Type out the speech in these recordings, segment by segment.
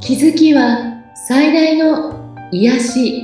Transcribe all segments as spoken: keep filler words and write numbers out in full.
気づきは最大の癒し。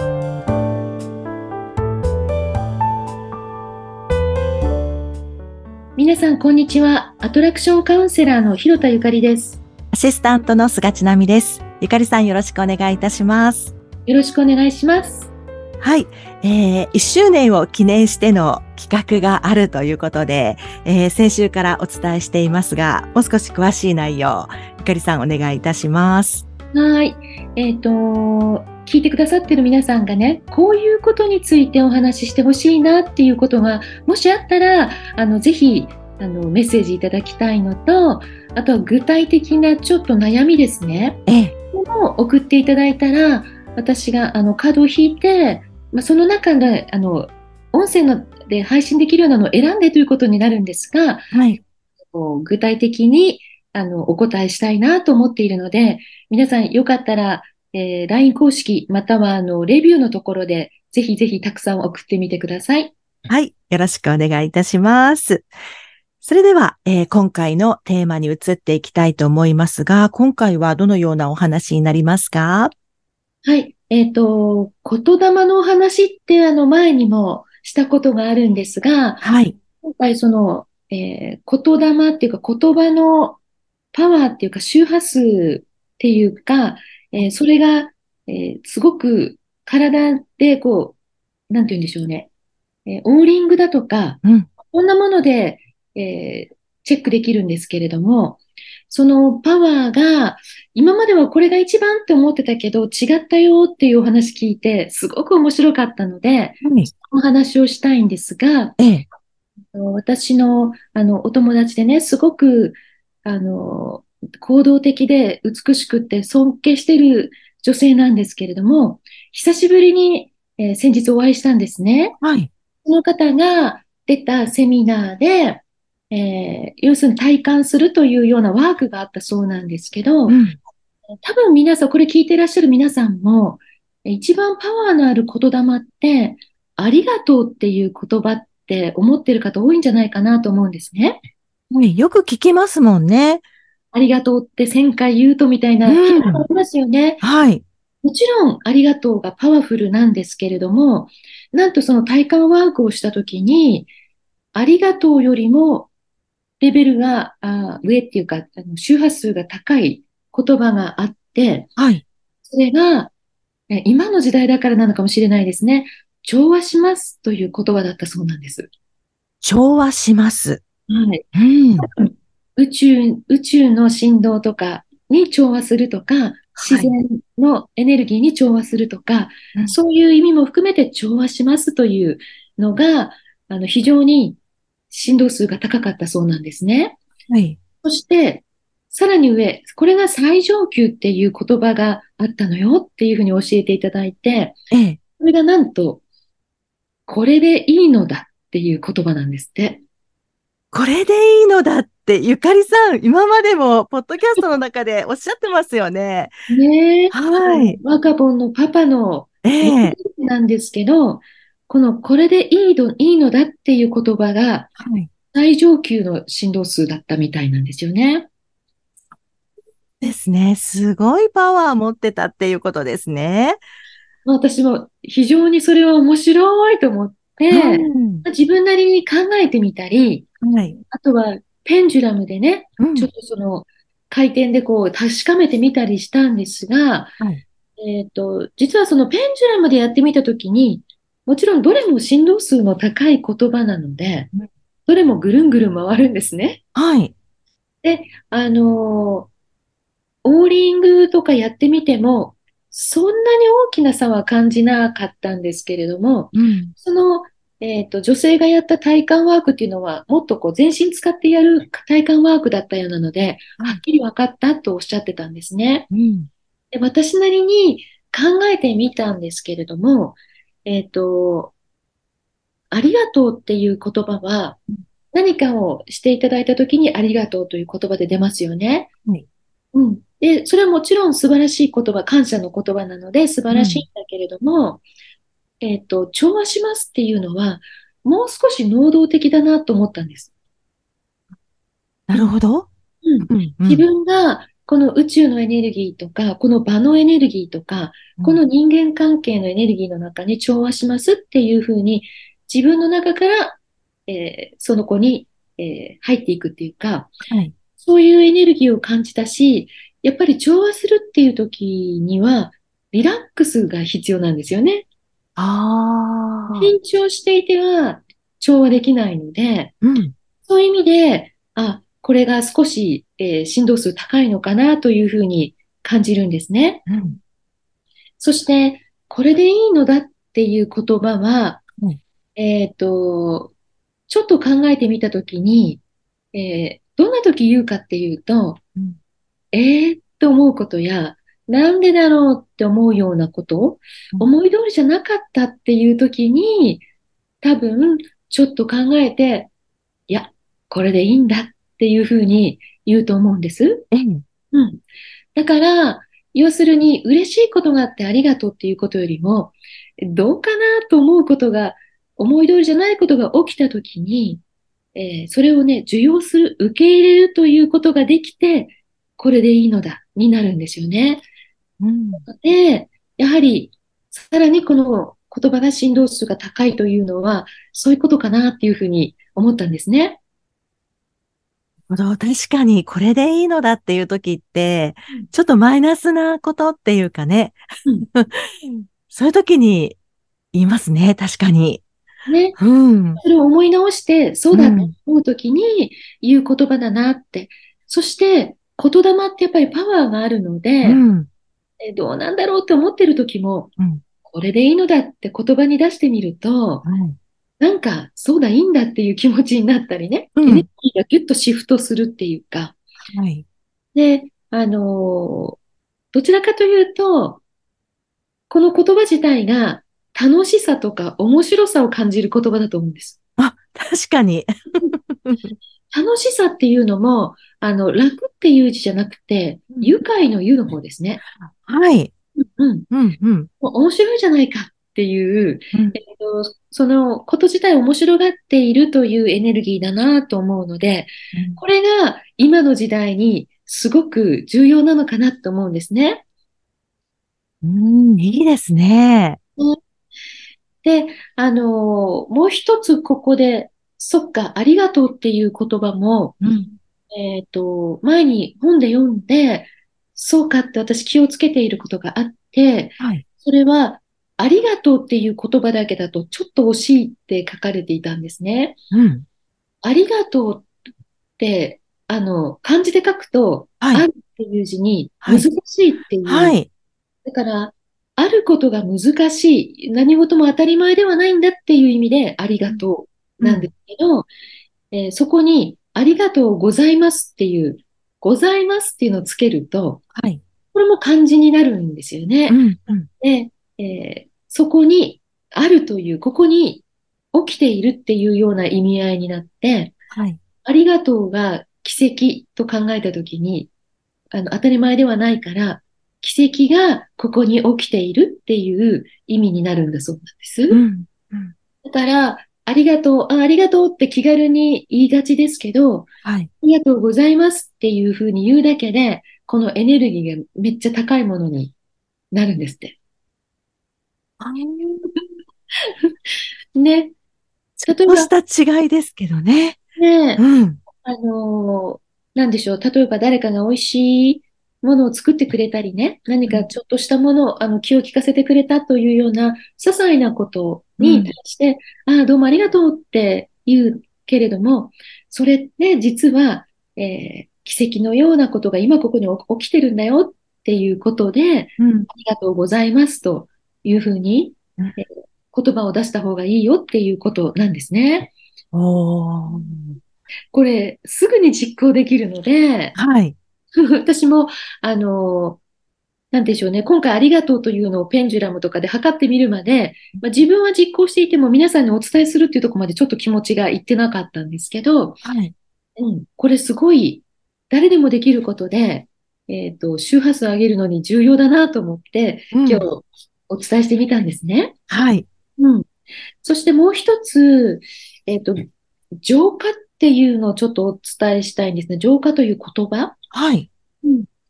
皆さんこんにちは。アトラクションカウンセラーの広田ゆかりです。 アシスタントの菅千奈美です。ゆかりさん、よろしくお願いいたします。 よろしくお願いします。 はい、えー、いっしゅうねんを記念しての企画があるということで、えー、先週からお伝えしていますが、もう少し詳しい内容、ゆかりさんお願いいたします。 はい。えっと、聞いてくださっている皆さんがね、こういうことについてお話ししてほしいなっていうことが、もしあったら、あの、ぜひ、あの、メッセージいただきたいのと、あとは具体的なちょっと悩みですね。 ええ。 を送っていただいたら、私があのカードを引いて、まあ、その中であの音声ので配信できるようなのを選んでということになるんですが、 はい。 こう具体的にあのお答えしたいなと思っているので、皆さんよかったら、えー、ライン 公式またはあのレビューのところでぜひぜひたくさん送ってみてください。 はい。よろしくお願いいたします。それでは、えー、今回のテーマに移っていきたいと思いますが、今回はどのようなお話になりますか？ はい。えっと、言霊のお話ってあの前にもしたことがあるんですが、 はい。 今回その、えー、言霊っていうか言葉のパワーっていうか周波数っていうか、えーそれが、えーすごく体でこう、なんて言うんでしょうね。えーオーリングだとか、 うん。 こんなもので、えーチェックできるんですけれども、そのパワーが、今まではこれが一番って思ってたけど、違ったよっていうお話聞いて、すごく面白かったので、 はい。 お話をしたいんですが、 ええ。 私の、あの、お友達でね、すごく、あの、行動的で美しくって尊敬している女性なんですけれども、久しぶりに、えー先日お会いしたんですね。 はい。 その方が出たセミナーで、えー要するに体感するというようなワークがあったそうなんですけど、 うん。 多分皆さん、これ聞いていらっしゃる皆さんも、一番パワーのある言霊って、ありがとうっていう言葉って思ってる方多いんじゃないかなと思うんですね。 はい。よく聞きますもんね。 ありがとうってせんかい言うとみたいな聞いたことあうん。 りますよね。 はい。 もちろん、ありがとうがパワフルなんですけれども、なんとその体感ワークをしたときに、ありがとうよりもレベルがあ上っていうか、あの周波数が高い言葉があって、 はい。 それが、え今の時代だからなのかもしれないですね。調和しますという言葉だったそうなんです。 調和します。 はい。 うん。 宇宙、宇宙の振動とかに調和するとか、自然はい。 のエネルギーに調和するとか、 うん。 そういう意味も含めて調和しますというのが、あの、非常に振動数が高かったそうなんですね。 はい。 そして、さらに上、これが最上級っていう言葉があったのよっていうふうに教えていただいて、 ええ。 それがなんと、これでいいのだっていう言葉なんですって。 これでいいのだって、ゆかりさん、今までも、ポッドキャストの中でおっしゃってますよね。 ねえ、あの、 はい。 ワカボンのパパのえ名え。 言なんですけど、このこれでいいの、いいのだっていう言葉がはい。 最上級の振動数だったみたいなんですよね。 ですね。すごいパワー持ってたっていうことですね。 まあ私も非常にそれは面白いと思っうて、 ん。 自分なりに考えてみたり、 はい。 あとはペンジュラムでね、 うん。 ちょっとその回転でこう確かめてみたりしたんですが、 はい。 えっと、実はそのペンジュラムでやってみたときに、もちろんどれも振動数の高い言葉なので、どれもぐるんぐるん回るんですね。 はい。 で、あの、オーリングとかやってみても、そんなに大きな差は感じなかったんですけれども、 うん。 その、えっと、女性がやった体幹ワークっていうのは、もっとこう全身使ってやる体幹ワークだったようなので、 はい。 はっきり分かったとおっしゃってたんですね。 うん。 で、私なりに考えてみたんですけれども、えっと、ありがとうっていう言葉は、何かをしていただいたときにありがとうという言葉で出ますよね。 はい。 うん。で、それはもちろん素晴らしい言葉、感謝の言葉なので素晴らしいんうん。 だけれども、えっと、調和しますっていうのは、もう少し能動的だなと思ったんです。 なうん。 るほど。 うん。 うん。う自ん。 分がこの宇宙のエネルギーとか、この場のエネルギーとか、この人間関係のエネルギーの中に調和しますっていうふうに、自分の中から、えーその子に、えー入っていくっていうか、 はい。 そういうエネルギーを感じたし、やっぱり調和するっていう時には、リラックスが必要なんですよね。 ああ。 緊張していては調和できないので、 うん。 そういう意味で、あ、これが少し、えー振動数高いのかなというふうに感じるんですね。 うん。 そして、これでいいのだっていう言葉は、 うん。 えっと、ちょっと考えてみたときに、えーどんな時言うかっていうと、 うん。 えーって思うことや、なんでだろうって思うようなこと、 うん。 思い通りじゃなかったっていう時に、多分、ちょっと考えて、いや、これでいいんだっていうふうに言うと思うんです。 ええ。 うん。だから、要するに、嬉しいことがあってありがとうっていうことよりも、どうかなと思うことが、思い通りじゃないことが起きたときに、えーそれをね、受容する、受け入れるということができて、これでいいのだ、になるんですよね。 うん。 で、やはり、さらにこの言葉が振動数が高いというのは、そういうことかなっていうふうに思ったんですね。 ほど。確かにこれでいいのだっていう時って、 うん。 ちょっとマイナスなことっていうかね。 うん。 そういう時に言いますね。確かに。 ね。 うん。 それを思い直して、そうだとうん。 思うときに言う言葉だなって。そして、言霊ってやっぱりパワーがあるので、 うん。 えどうなんだろうって思ってるときも、 うん。 これでいいのだって言葉に出してみると、 はい。 なんか、そうだ、いいんだっていう気持ちになったりね、 うん。 エネルギーがギュッとシフトするっていうか、 はい。 で、あのーどちらかというと、この言葉自体が楽しさとか面白さを感じる言葉だと思うんです。 あ、確かに。 楽しさっていうのも、あの、楽っていう字じゃなくて、 うん。 愉快の愉の方ですね。 はい。 うん。 うん。うん。 もう面白いじゃないかっていう、 うん。 えっと、そのこと自体を面白がっているというエネルギーだなと思うので、 うん。 これが今の時代にすごく重要なのかなと思うんですね。 うん、いいですね。 で、あの、もう一つここで、そっか、ありがとうっていう言葉も、 うん。 えっと、前に本で読んで、そうかって私気をつけていることがあって、 はい。 それは、ありがとうっていう言葉だけだとちょっと惜しいって書かれていたんですね。 うん。 ありがとうって、あの、漢字で書くと、 はい。 あるっていう字に難はい。 しいっていう、 はい。 だから、あることが難しい、何事も当たり前ではないんだっていう意味で、ありうん。 がとうなんでうん。 すけど、えーそこに、ありがとうございますっていう、ございますっていうのをつけると、 はい。 これも漢字になるんですよね。 うん。うん。 で、えーそこにあるという、ここに起きているっていうような意味合いになって、 はい。 ありがとうが奇跡と考えたときに、あの、当たり前ではないから、奇跡がここに起きているっていう意味になるんだそうなんです。 うん。うん。 だから、ありがとう、あ、ありがとうって気軽に言いがちですけど、あはい。 りがとうございますっていうふうに言うだけで、このエネルギーがめっちゃ高いものになるんですって。 あー、 ね。 ちょっ例えば、 とした違いですけどね。 ね、 うん。 あのーなんでしょう。例えば誰かが美味しいものを作ってくれたりね、何うん。 かちょっとしたものを、あの、気を利かせてくれたというような、些細なことに対うん。 して、ああ、どうもありがとうって言うけれども、それって実は、えー奇跡のようなことが今ここに起きてるんだよっていうことで、 うん。 ありがとうございますというふうに、 うん。 えー言葉を出した方がいいよっていうことなんですね。 おー。 これ、すぐに実行できるので、 はい。 私も、あの、なんでしょうね、今回ありがとうというのをペンジュラムとかで測ってみるまで、まあ、自分は実行していても皆さんにお伝えするっていうところまでちょっと気持ちがいってなかったんですけど、 はい。 うん、これすごい誰でもできることで、えっと、周波数を上げるのに重要だなと思って、 うん。 今日お伝えしてみたんですね。 はい。 うん。そしてもう一つ、えっと、浄化っていうのをちょっとお伝えしたいんですね。浄化という言葉。 はい。 うん。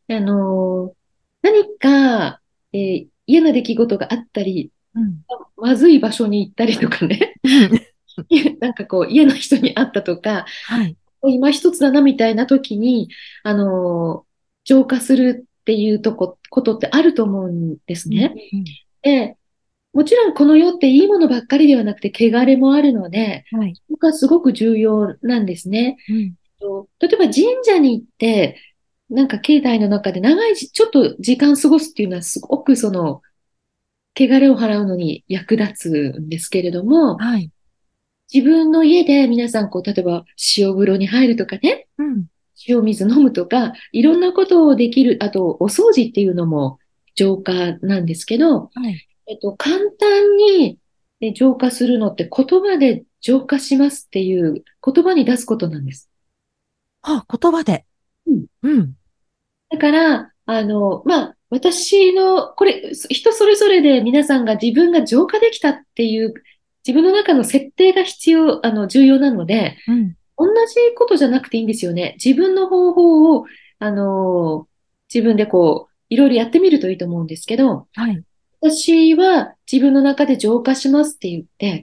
あの、何か、えー嫌な出来事があったり、 うん。 まずい場所に行ったりとかね、 うん。 なんかこう嫌な人に会ったとか、 はい。 今一つだなみたいな時に、あの、浄化するっていうとこ、ことってあると思うんですうん。 ね。 うん。 で、もちろんこの世っていいものばっかりではなくて、汚れもあるので、 はい。 そこがすごく重要なんですね。 うん。 と例えば神社に行って、なんか境内の中で長いじ、ちょっと時間過ごすっていうのはすごくその、汚れを払うのに役立つんですけれども、 はい。 自分の家で皆さんこう、例えば塩風呂に入るとかね、 うん。 塩水飲むとか、いろんなことをできる、あと、お掃除っていうのも浄化なんですけど、 はい。 えっと、簡単にえ浄化するのって言葉で浄化しますっていう言葉に出すことなんです。 あ、言葉で。 うん。 うん。 だから、あの、まあ、私の、これ、人それぞれで皆さんが自分が浄化できたっていう、自分の中の設定が必要、あの、重要なので、 うん。 同じことじゃなくていいんですよね。自分の方法を、あの、自分でこう、いろいろやってみるといいと思うんですけど、 はい。 私は自分の中で浄化しますって言って、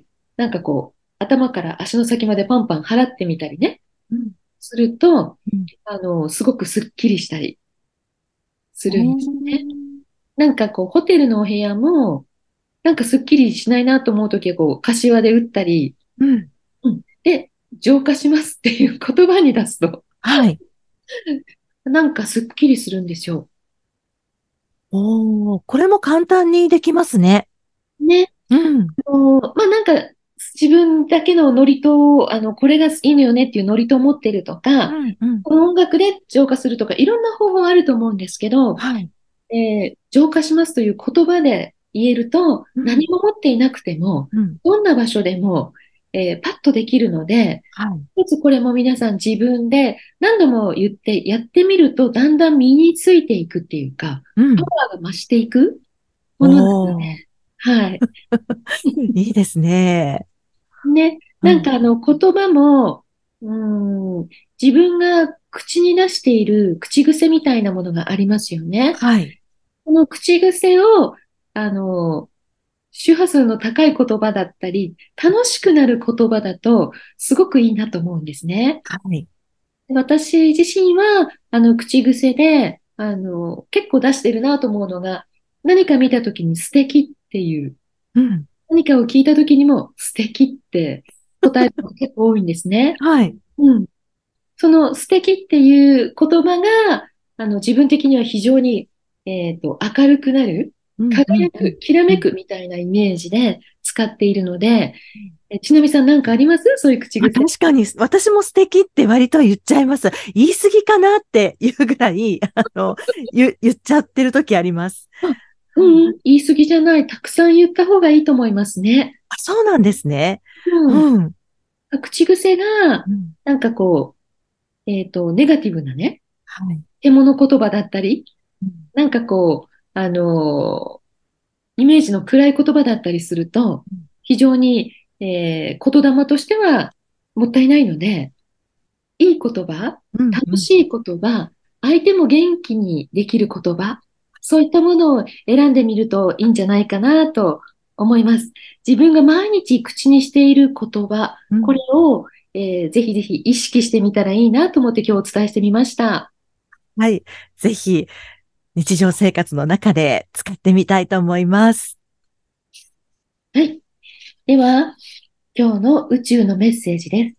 なんかこう、頭から足の先までパンパン払ってみたりね、 うん。 すると、 うん。 あの、すごくスッキリしたりすおるんですね。 ー。 なんかこう、ホテルのお部屋も、なんかスッキリしないなと思うときは、こう、柏で打ったり、 うん。 うん。で、浄化しますっていう言葉に出すと、 はい。 なんかスッキリするんですよ。 おー、これも簡単にできますね。 ね。 うん。 あのまあ、なんか、自分だけのノリと、あの、これがいいのよねっていうノリと思ってるとか、 うん。うん。 この音楽で浄化するとか、いろんな方法あると思うんですけど、 はい。 えー浄化しますという言葉で言えると、 うん。 何も持っていなくても、 うん。 どんな場所でも、えーパッとできるので、 はい。 一つこれも皆さん自分で何度も言ってやってみると、だんだん身についていくっていうか、パうん。 ワーが増していくものなので、 おー。 はい。 いいですね。 ね、 うん。 なんかあの言葉も、うーん、自分が口に出している口癖みたいなものがありますよね。 はい。 この口癖を、あの、周波数の高い言葉だったり、楽しくなる言葉だと、すごくいいなと思うんですね。 はい。 私自身は、あの、口癖で、あの、結構出してるなと思うのが、何か見たときに素敵っていう、 うん。 何かを聞いたときにも素敵って答えるのが結構多いんですね。 はい。 うん。その素敵っていう言葉が、あの、自分的には非常に、えっと、明るくなる、 うん。うん。うん。 輝く、きらうん。 めくみたいなイメージで使っているので、えちなみさんなんかありますそういう口あ、 癖？ 確かに、私も素敵って割と言っちゃいます。言い過ぎかなっていうぐらい、あの、言、言っちゃってる時あります。 あ、ううん。 んうん、言い過ぎじゃない。たくさん言った方がいいと思いますね。 あ、そうなんですね。 うん。 うん。 口癖が、 うん。 なんかこう、えっと、ネガティブなね、 はい。 獣言葉だったり、 うん。 なんかこう、あのイメージの暗い言葉だったりすると、非常に、えー言霊としてはもったいないので、いい言葉、 うん。うん。 楽しい言葉、相手も元気にできる言葉、そういったものを選んでみるといいんじゃないかなと思います。自分が毎日口にしている言葉、これうん。 を、えーぜひぜひ意識してみたらいいなと思って今日お伝えしてみました。 はい。ぜひ、日常生活の中で使ってみたいと思います。 はい。では、今日の宇宙のメッセージです。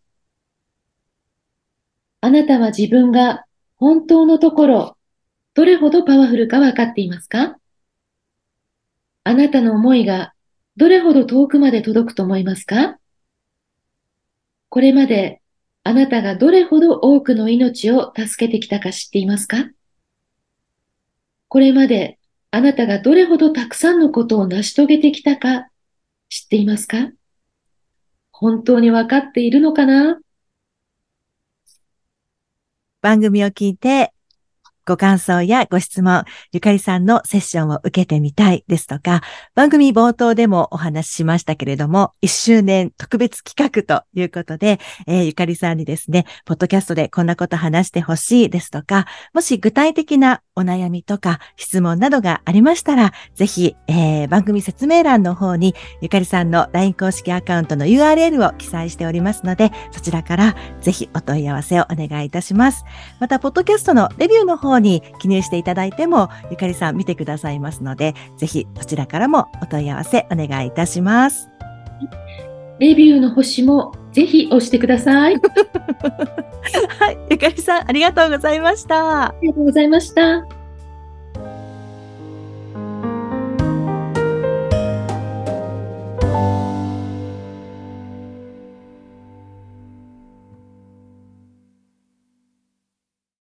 あなたは自分が本当のところ、どれほどパワフルかわかっていますか？あなたの思いがどれほど遠くまで届くと思いますか？これまであなたがどれほど多くの命を助けてきたか知っていますか？これまであなたがどれほどたくさんのことを成し遂げてきたか知っていますか？本当にわかっているのかな？ 番組を聞いて、ご感想やご質問、ゆかりさんのセッションを受けてみたいですとか、番組冒頭でもお話ししましたけれども、いっしゅうねん特別企画ということで、えーゆかりさんにですね、ポッドキャストでこんなこと話してほしいですとか、もし具体的なお悩みとか質問などがありましたら、ぜひ、えー、番組説明欄の方にゆかりさんの ライン 公式アカウントの ユーアールエル を記載しておりますので、そちらからぜひお問い合わせをお願いいたします。また、ポッドキャストのレビューの方に記入していただいても、ゆかりさん見てくださいますので、ぜひそちらからもお問い合わせお願いいたします。 レビューの星もぜひ押してください。 はい、ゆかりさんありがとうございました。 ありがとうございました。